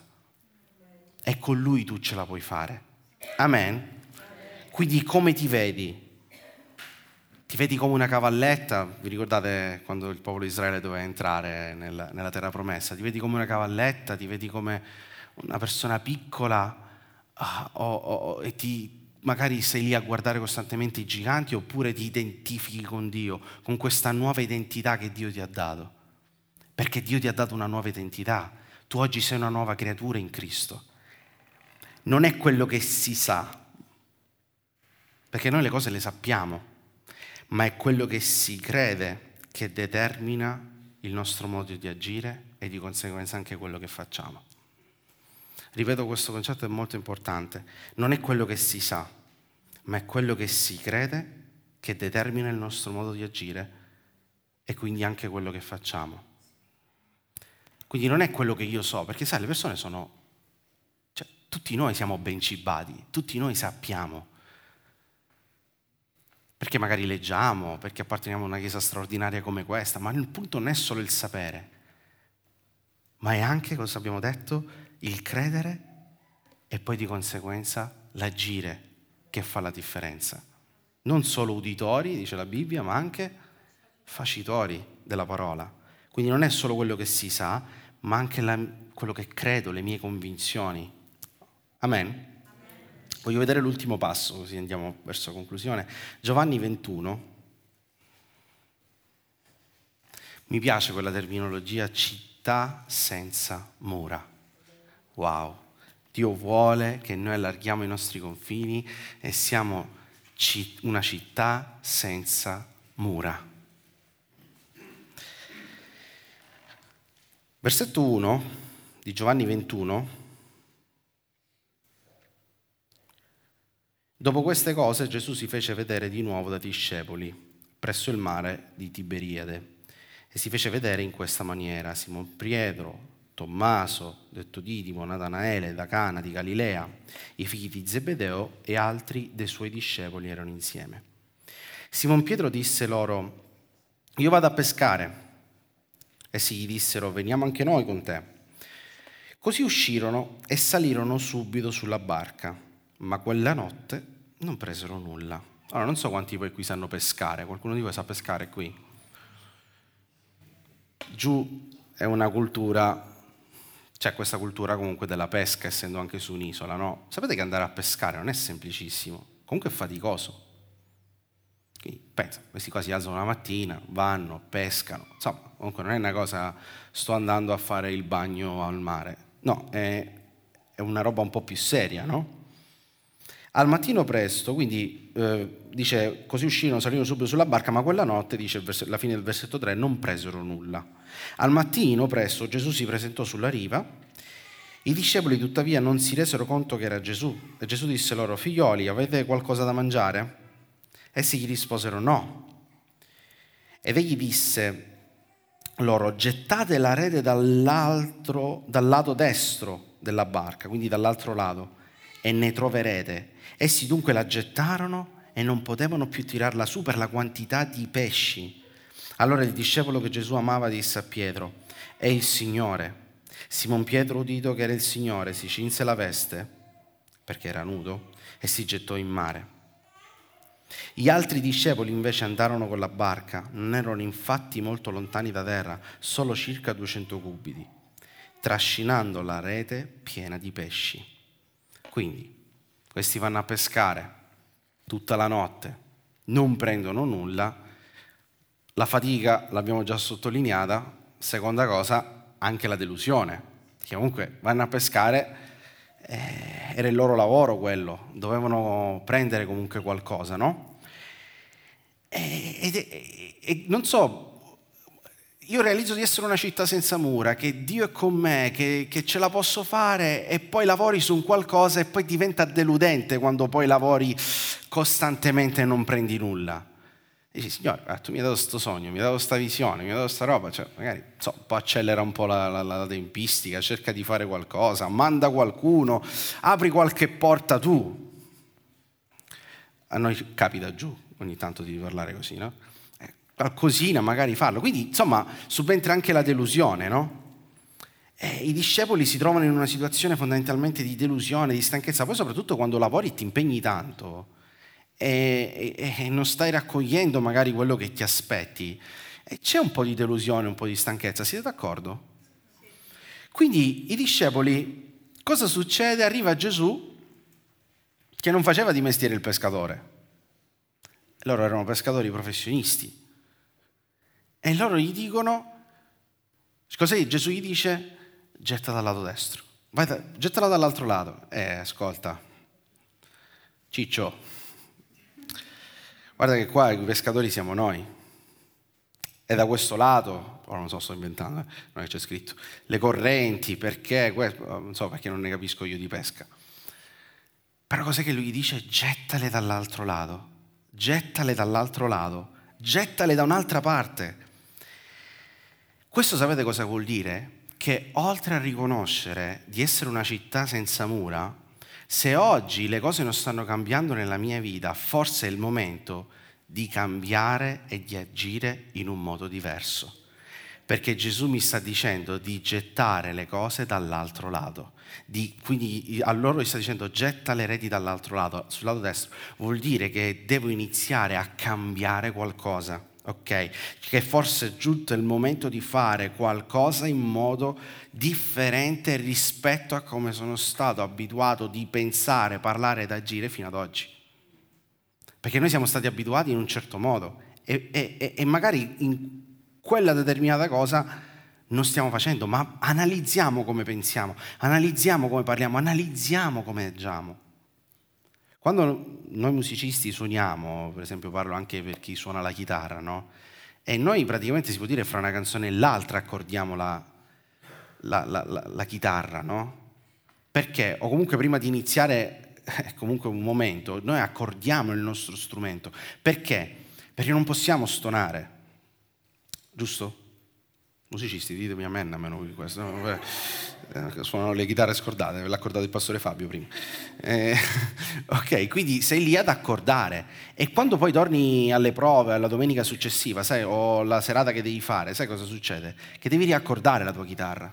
E con Lui tu ce la puoi fare. Amen? Quindi come ti vedi? Ti vedi come una cavalletta, vi ricordate quando il popolo di Israele doveva entrare nella, nella terra promessa? Ti vedi come una cavalletta, ti vedi come una persona piccola ah, oh, oh, e ti, magari sei lì a guardare costantemente i giganti, oppure ti identifichi con Dio, con questa nuova identità che Dio ti ha dato. Perché Dio ti ha dato una nuova identità. Tu oggi sei una nuova creatura in Cristo. Non è quello che si sa, perché noi le cose le sappiamo, ma è quello che si crede che determina il nostro modo di agire e di conseguenza anche quello che facciamo. Ripeto, questo concetto è molto importante. Non è quello che si sa, ma è quello che si crede che determina il nostro modo di agire e quindi anche quello che facciamo. Quindi non è quello che io so, perché sai, le persone sono... Cioè, tutti noi siamo ben cibati, tutti noi sappiamo. Perché magari leggiamo, perché apparteniamo a una chiesa straordinaria come questa, ma il punto non è solo il sapere, ma è anche, cosa abbiamo detto, il credere e poi di conseguenza l'agire che fa la differenza. Non solo uditori, dice la Bibbia, ma anche facitori della parola. Quindi non è solo quello che si sa, ma anche la, quello che credo, le mie convinzioni. Amen? Voglio vedere l'ultimo passo, così andiamo verso la conclusione. Giovanni ventuno. Mi piace quella terminologia, città senza mura. Wow! Dio vuole che noi allarghiamo i nostri confini e siamo una città senza mura. Versetto uno di Giovanni ventuno. Dopo queste cose Gesù si fece vedere di nuovo dai discepoli presso il mare di Tiberiade e si fece vedere in questa maniera: Simon Pietro, Tommaso, detto Didimo, Natanaele da Cana di Galilea, i figli di Zebedeo e altri dei suoi discepoli erano insieme. Simon Pietro disse loro: io vado a pescare. Essi gli dissero: veniamo anche noi con te. Così uscirono e salirono subito sulla barca, ma quella notte non presero nulla. Allora, non so quanti di voi qui sanno pescare. Qualcuno di voi sa pescare qui? Giù è una cultura, c'è questa cultura comunque della pesca, essendo anche su un'isola, no? Sapete che andare a pescare non è semplicissimo, comunque è faticoso. Quindi pensa, questi qua si alzano la mattina, vanno, pescano, insomma, comunque non è una cosa, sto andando a fare il bagno al mare, no, è, è una roba un po' più seria, no? Al mattino presto, quindi eh, dice, così uscirono, salirono subito sulla barca, ma quella notte, dice il versetto, la fine del versetto tre, non presero nulla. Al mattino presto Gesù si presentò sulla riva, i discepoli tuttavia non si resero conto che era Gesù, e Gesù disse loro, figlioli, avete qualcosa da mangiare? Essi gli risposero no. Ed egli disse loro, gettate la rete dall'altro, dal lato destro della barca, quindi dall'altro lato, e ne troverete. Essi dunque la gettarono e non potevano più tirarla su per la quantità di pesci. Allora il discepolo che Gesù amava disse a Pietro, è il Signore. Simon Pietro, udito che era il Signore, si cinse la veste, perché era nudo, e si gettò in mare. Gli altri discepoli invece andarono con la barca, non erano infatti molto lontani da terra, solo circa duecento cubiti, trascinando la rete piena di pesci. Quindi questi vanno a pescare tutta la notte, non prendono nulla, la fatica l'abbiamo già sottolineata, seconda cosa anche la delusione, che comunque vanno a pescare, eh, era il loro lavoro quello, dovevano prendere comunque qualcosa, no? E, e, e non so, io realizzo di essere una città senza mura, che Dio è con me, che, che ce la posso fare, e poi lavori su un qualcosa e poi diventa deludente quando poi lavori costantemente e non prendi nulla. E dici, Signore, ah, tu mi hai dato questo sogno, mi hai dato questa visione, mi hai dato questa roba, cioè magari so, un po' accelera un po' la, la, la tempistica, cerca di fare qualcosa, manda qualcuno, apri qualche porta tu. A noi capita giù ogni tanto di parlare così, no? Qualcosina magari farlo, quindi insomma subentra anche la delusione, no? E i discepoli si trovano in una situazione fondamentalmente di delusione, di stanchezza, poi soprattutto quando lavori e ti impegni tanto e, e, e non stai raccogliendo magari quello che ti aspetti, e c'è un po' di delusione, un po' di stanchezza, siete d'accordo? Quindi i discepoli, cosa succede? Arriva Gesù che non faceva di mestiere il pescatore, loro erano pescatori professionisti. E loro gli dicono, cos'è? Gesù gli dice, getta dal lato destro, vai da, gettala dall'altro lato. Eh, ascolta, Ciccio, guarda che qua i pescatori siamo noi. E da questo lato, ora non so, sto inventando, eh, non è che c'è scritto, le correnti, perché, non so perché non ne capisco io di pesca. Però cos'è che lui gli dice? Gettale dall'altro lato, gettale dall'altro lato, gettale da un'altra parte. Questo sapete cosa vuol dire? Che oltre a riconoscere di essere una città senza mura, se oggi le cose non stanno cambiando nella mia vita, forse è il momento di cambiare e di agire in un modo diverso. Perché Gesù mi sta dicendo di gettare le cose dall'altro lato. Di, quindi a loro gli sta dicendo getta le reti dall'altro lato, sul lato destro. Vuol dire che devo iniziare a cambiare qualcosa. Ok, che forse è giunto il momento di fare qualcosa in modo differente rispetto a come sono stato abituato di pensare, parlare ed agire fino ad oggi. Perché noi siamo stati abituati in un certo modo e, e, e magari in quella determinata cosa non stiamo facendo, ma analizziamo come pensiamo, analizziamo come parliamo, analizziamo come agiamo. Quando noi musicisti suoniamo, per esempio parlo anche per chi suona la chitarra, no? E noi praticamente si può dire fra una canzone e l'altra accordiamo la, la, la, la, la chitarra, no? Perché? O comunque prima di iniziare, è comunque un momento, noi accordiamo il nostro strumento. Perché? Perché non possiamo stonare, giusto? Musicisti, ditemi amen a meno di questo. Suonano le chitarre scordate, ve l'ha accordato il pastore Fabio prima. Eh, ok, quindi sei lì ad accordare e quando poi torni alle prove, alla domenica successiva, sai, o la serata che devi fare, sai cosa succede? Che devi riaccordare la tua chitarra.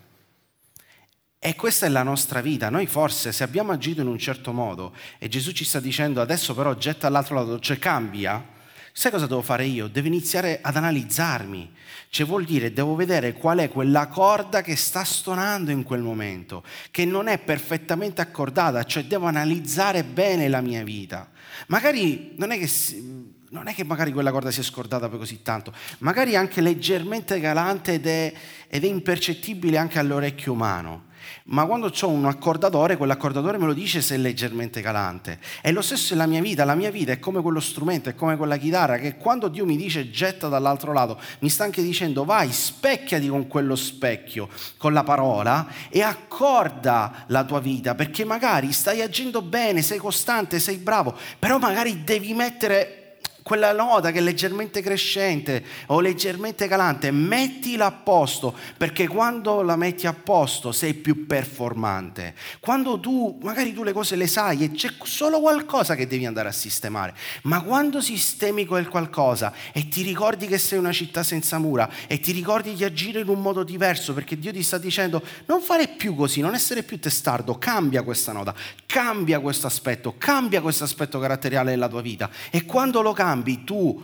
E questa è la nostra vita. Noi forse se abbiamo agito in un certo modo e Gesù ci sta dicendo adesso però getta all'altro lato, cioè cambia, sai cosa devo fare io? Devo iniziare ad analizzarmi. Cioè vuol dire, devo vedere qual è quella corda che sta stonando in quel momento, che non è perfettamente accordata, cioè devo analizzare bene la mia vita. Magari non è che non è che magari quella corda si è scordata poi così tanto, magari anche leggermente calante ed è, ed è impercettibile anche all'orecchio umano. Ma quando ho un accordatore, quell'accordatore me lo dice se è leggermente calante. E lo stesso è la mia vita, la mia vita è come quello strumento, è come quella chitarra che quando Dio mi dice getta dall'altro lato, mi sta anche dicendo vai, specchiati con quello specchio, con la parola e accorda la tua vita, perché magari stai agendo bene, sei costante, sei bravo, però magari devi mettere quella nota che è leggermente crescente o leggermente calante, mettila a posto, perché quando la metti a posto sei più performante. Quando tu, magari tu le cose le sai e c'è solo qualcosa che devi andare a sistemare, ma quando sistemi quel qualcosa e ti ricordi che sei una città senza mura e ti ricordi di agire in un modo diverso, perché Dio ti sta dicendo non fare più così, non essere più testardo, cambia questa nota, cambia questo aspetto, cambia questo aspetto caratteriale della tua vita, e quando lo cambi tu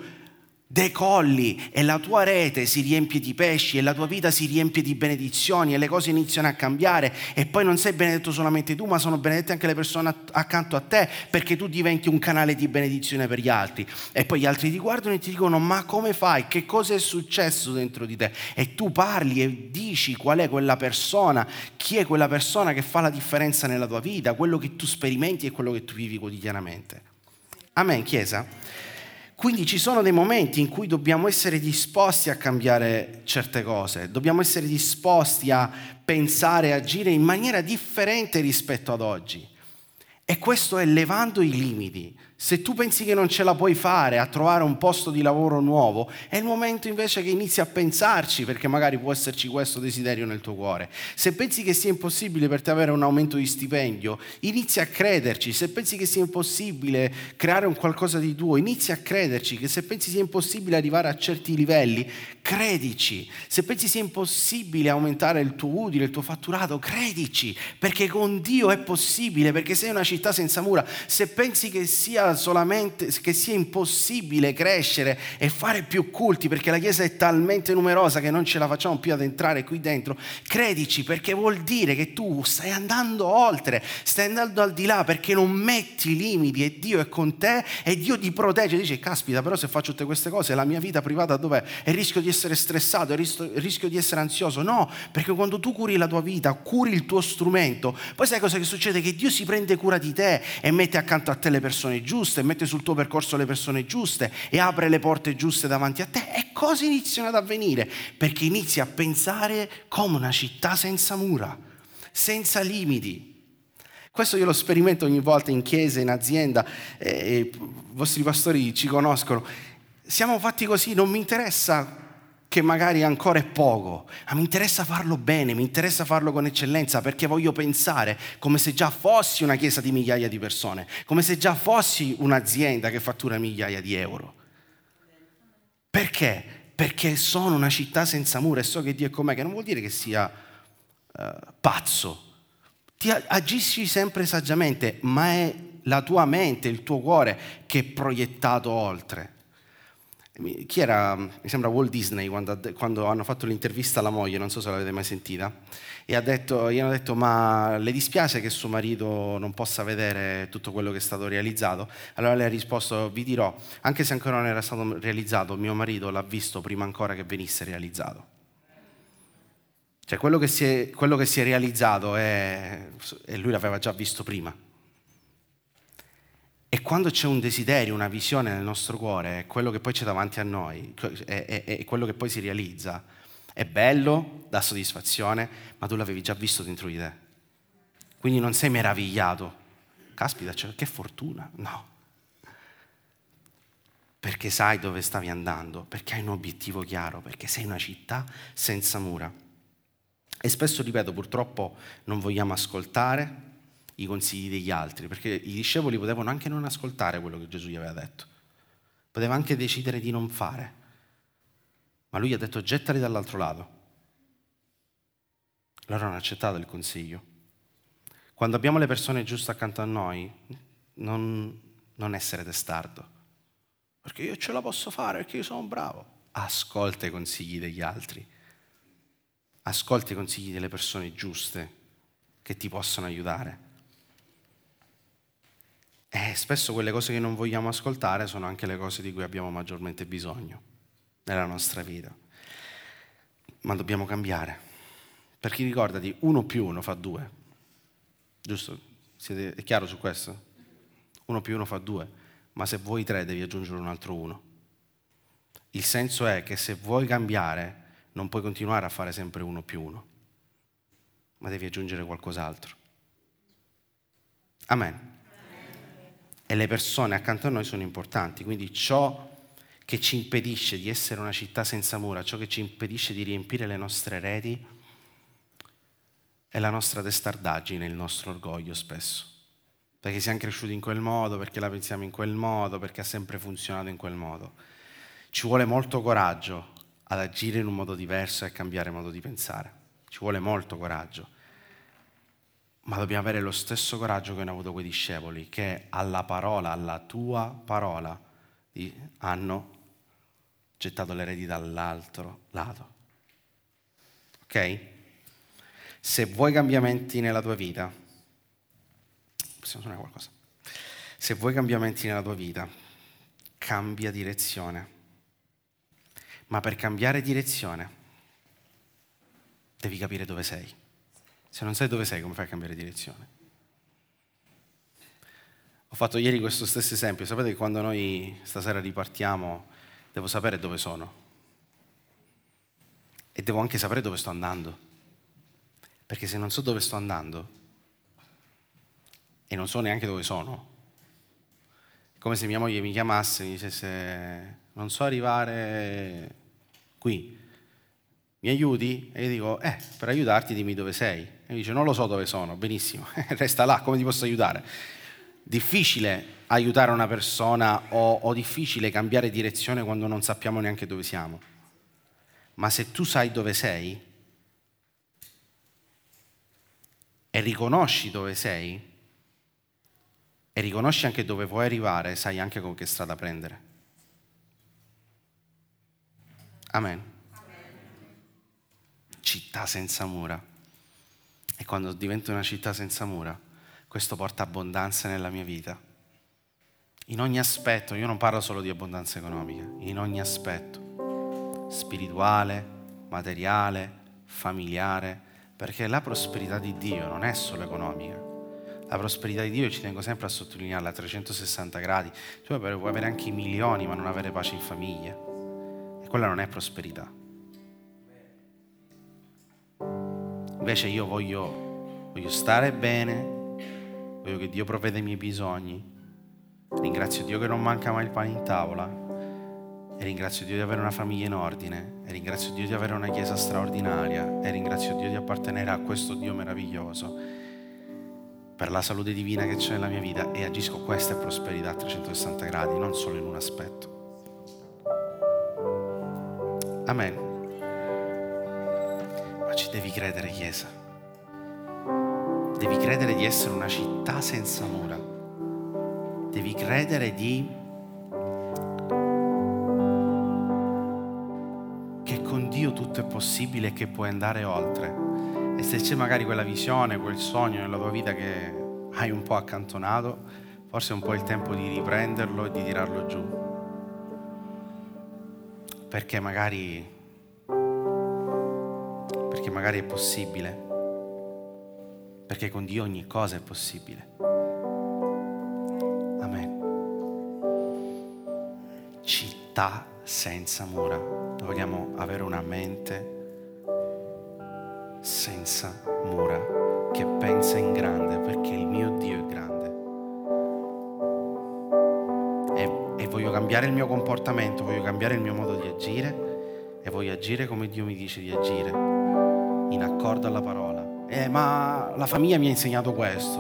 decolli e la tua rete si riempie di pesci e la tua vita si riempie di benedizioni e le cose iniziano a cambiare, e poi non sei benedetto solamente tu, ma sono benedette anche le persone accanto a te, perché tu diventi un canale di benedizione per gli altri, e poi gli altri ti guardano e ti dicono ma come fai, che cosa è successo dentro di te, e tu parli e dici qual è quella persona, chi è quella persona che fa la differenza nella tua vita, quello che tu sperimenti e quello che tu vivi quotidianamente. Amen, Chiesa? Quindi ci sono dei momenti in cui dobbiamo essere disposti a cambiare certe cose, dobbiamo essere disposti a pensare e agire in maniera differente rispetto ad oggi. E questo è levando i limiti. Se tu pensi che non ce la puoi fare a trovare un posto di lavoro nuovo, è il momento invece che inizi a pensarci, perché magari può esserci questo desiderio nel tuo cuore. Se pensi che sia impossibile per te avere un aumento di stipendio, inizi a crederci. Se pensi che sia impossibile creare un qualcosa di tuo, inizi a crederci. Che se pensi sia impossibile arrivare a certi livelli, credici. Se pensi sia impossibile aumentare il tuo utile, il tuo fatturato, credici, perché con Dio è possibile, perché sei una città senza mura. Se pensi che sia solamente che sia impossibile crescere e fare più culti perché la chiesa è talmente numerosa che non ce la facciamo più ad entrare qui dentro, credici, perché vuol dire che tu stai andando oltre, stai andando al di là, perché non metti limiti e Dio è con te e Dio ti protegge. Dici caspita, però se faccio tutte queste cose la mia vita privata dov'è? E rischio di essere stressato, e rischio, rischio di essere ansioso. No, perché quando tu curi la tua vita, curi il tuo strumento, poi sai cosa che succede? Che Dio si prende cura di te e mette accanto a te le persone giuste, e mette sul tuo percorso le persone giuste e apre le porte giuste davanti a te, e cose iniziano ad avvenire perché inizi a pensare come una città senza mura, senza limiti. Questo io lo sperimento ogni volta in chiesa, in azienda, e i vostri pastori ci conoscono. Siamo fatti così, non mi interessa che magari ancora è poco, ma mi interessa farlo bene, mi interessa farlo con eccellenza, perché voglio pensare come se già fossi una chiesa di migliaia di persone, come se già fossi un'azienda che fattura migliaia di euro. Perché? Perché sono una città senza mura e so che Dio è con me, che non vuol dire che sia uh, pazzo. Ti agisci sempre saggiamente, ma è la tua mente, il tuo cuore che è proiettato oltre. Chi era? Mi sembra Walt Disney quando, quando hanno fatto l'intervista alla moglie, non so se l'avete mai sentita, e ha detto, gli hanno detto ma le dispiace che suo marito non possa vedere tutto quello che è stato realizzato? Allora lei ha risposto vi dirò, anche se ancora non era stato realizzato, mio marito l'ha visto prima ancora che venisse realizzato. Cioè quello che si è, quello che si è realizzato è, e lui l'aveva già visto prima. E quando c'è un desiderio, una visione nel nostro cuore, quello che poi c'è davanti a noi, è, è, è quello che poi si realizza, è bello, dà soddisfazione, ma tu l'avevi già visto dentro di te. Quindi non sei meravigliato. Caspita, cioè, che fortuna. No. Perché sai dove stavi andando, perché hai un obiettivo chiaro, perché sei una città senza mura. E spesso, ripeto, purtroppo non vogliamo ascoltare i consigli degli altri, perché i discepoli potevano anche non ascoltare quello che Gesù gli aveva detto, poteva anche decidere di non fare, ma lui gli ha detto gettali dall'altro lato. Loro hanno accettato il consiglio. Quando abbiamo le persone giuste accanto a noi, non, non essere testardo, perché io ce la posso fare, perché io sono bravo. Ascolta i consigli degli altri, ascolta i consigli delle persone giuste che ti possono aiutare. E spesso quelle cose che non vogliamo ascoltare sono anche le cose di cui abbiamo maggiormente bisogno nella nostra vita. Ma dobbiamo cambiare. Perché ricordati, uno più uno fa due. Giusto? Siete, è chiaro su questo? Uno più uno fa due. Ma se vuoi tre devi aggiungere un altro uno. Il senso è che se vuoi cambiare non puoi continuare a fare sempre uno più uno, ma devi aggiungere qualcos'altro. Amen. E le persone accanto a noi sono importanti, quindi ciò che ci impedisce di essere una città senza mura, ciò che ci impedisce di riempire le nostre reti è la nostra testardaggine, il nostro orgoglio spesso. Perché siamo cresciuti in quel modo, perché la pensiamo in quel modo, perché ha sempre funzionato in quel modo. Ci vuole molto coraggio ad agire in un modo diverso e a cambiare modo di pensare. Ci vuole molto coraggio. Ma dobbiamo avere lo stesso coraggio che hanno avuto quei discepoli, che alla parola, alla tua parola, hanno gettato le reti dall'altro lato. Ok? Se vuoi cambiamenti nella tua vita, possiamo suonare qualcosa? Se vuoi cambiamenti nella tua vita, cambia direzione. Ma per cambiare direzione, devi capire dove sei. Se non sai dove sei, come fai a cambiare direzione? Ho fatto ieri questo stesso esempio. Sapete che quando noi stasera ripartiamo, devo sapere dove sono. E devo anche sapere dove sto andando. Perché se non so dove sto andando, e non so neanche dove sono, è come se mia moglie mi chiamasse e mi dicesse: non so arrivare qui, mi aiuti? E io dico: eh, per aiutarti dimmi dove sei. E mi dice: non lo so dove sono. Benissimo, resta là, come ti posso aiutare? Difficile aiutare una persona o, o difficile cambiare direzione quando non sappiamo neanche dove siamo. Ma se tu sai dove sei e riconosci dove sei e riconosci anche dove vuoi arrivare, sai anche con che strada prendere. Amen. Città senza mura. E quando divento una città senza mura, questo porta abbondanza nella mia vita. In ogni aspetto, io non parlo solo di abbondanza economica, in ogni aspetto, spirituale, materiale, familiare, perché la prosperità di Dio non è solo economica. La prosperità di Dio, ci tengo sempre a sottolinearla a trecentosessanta gradi. Tu puoi avere anche i milioni ma non avere pace in famiglia. E quella non è prosperità. Invece io voglio, voglio stare bene, voglio che Dio provveda i miei bisogni. Ringrazio Dio che non manca mai il pane in tavola. E ringrazio Dio di avere una famiglia in ordine. E ringrazio Dio di avere una chiesa straordinaria. E ringrazio Dio di appartenere a questo Dio meraviglioso, per la salute divina che c'è nella mia vita, e agisco. Questa è prosperità a trecentosessanta gradi, non solo in un aspetto. Amen. Ma ci devi credere, Chiesa. Devi credere di essere una città senza mura. Devi credere di che con Dio tutto è possibile e che puoi andare oltre. E se c'è magari quella visione, quel sogno nella tua vita che hai un po' accantonato, forse è un po' il tempo di riprenderlo e di tirarlo giù. Perché magari, perché magari è possibile. Perché con Dio ogni cosa è possibile. Amen. Città senza mura. Noi vogliamo avere una mente senza mura, che pensa in grande, perché il mio Dio è grande. E, e voglio cambiare il mio comportamento, voglio cambiare il mio modo di agire e voglio agire come Dio mi dice di agire, in accordo alla parola. Eh, ma la famiglia mi ha insegnato questo,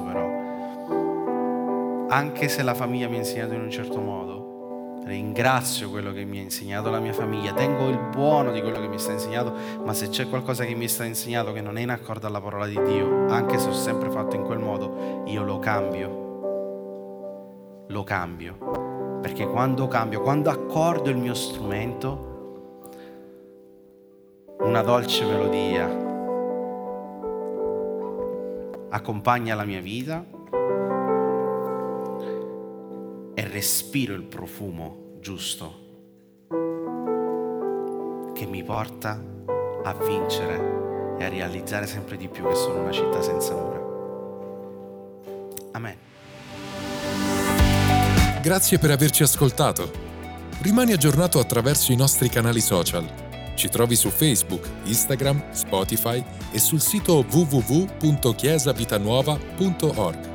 però. Anche se la famiglia mi ha insegnato in un certo modo, ringrazio quello che mi ha insegnato la mia famiglia, tengo il buono di quello che mi sta insegnato, ma se c'è qualcosa che mi sta insegnato che non è in accordo alla parola di Dio, anche se ho sempre fatto in quel modo, io lo cambio. Lo cambio. Perché quando cambio, quando accordo il mio strumento, una dolce melodia accompagna la mia vita e respiro il profumo giusto che mi porta a vincere e a realizzare sempre di più che sono una città senza mura. Amen. Grazie per averci ascoltato. Rimani aggiornato attraverso i nostri canali social. Ci trovi su Facebook, Instagram, Spotify e sul sito w w w punto chiesa vitanuova punto org.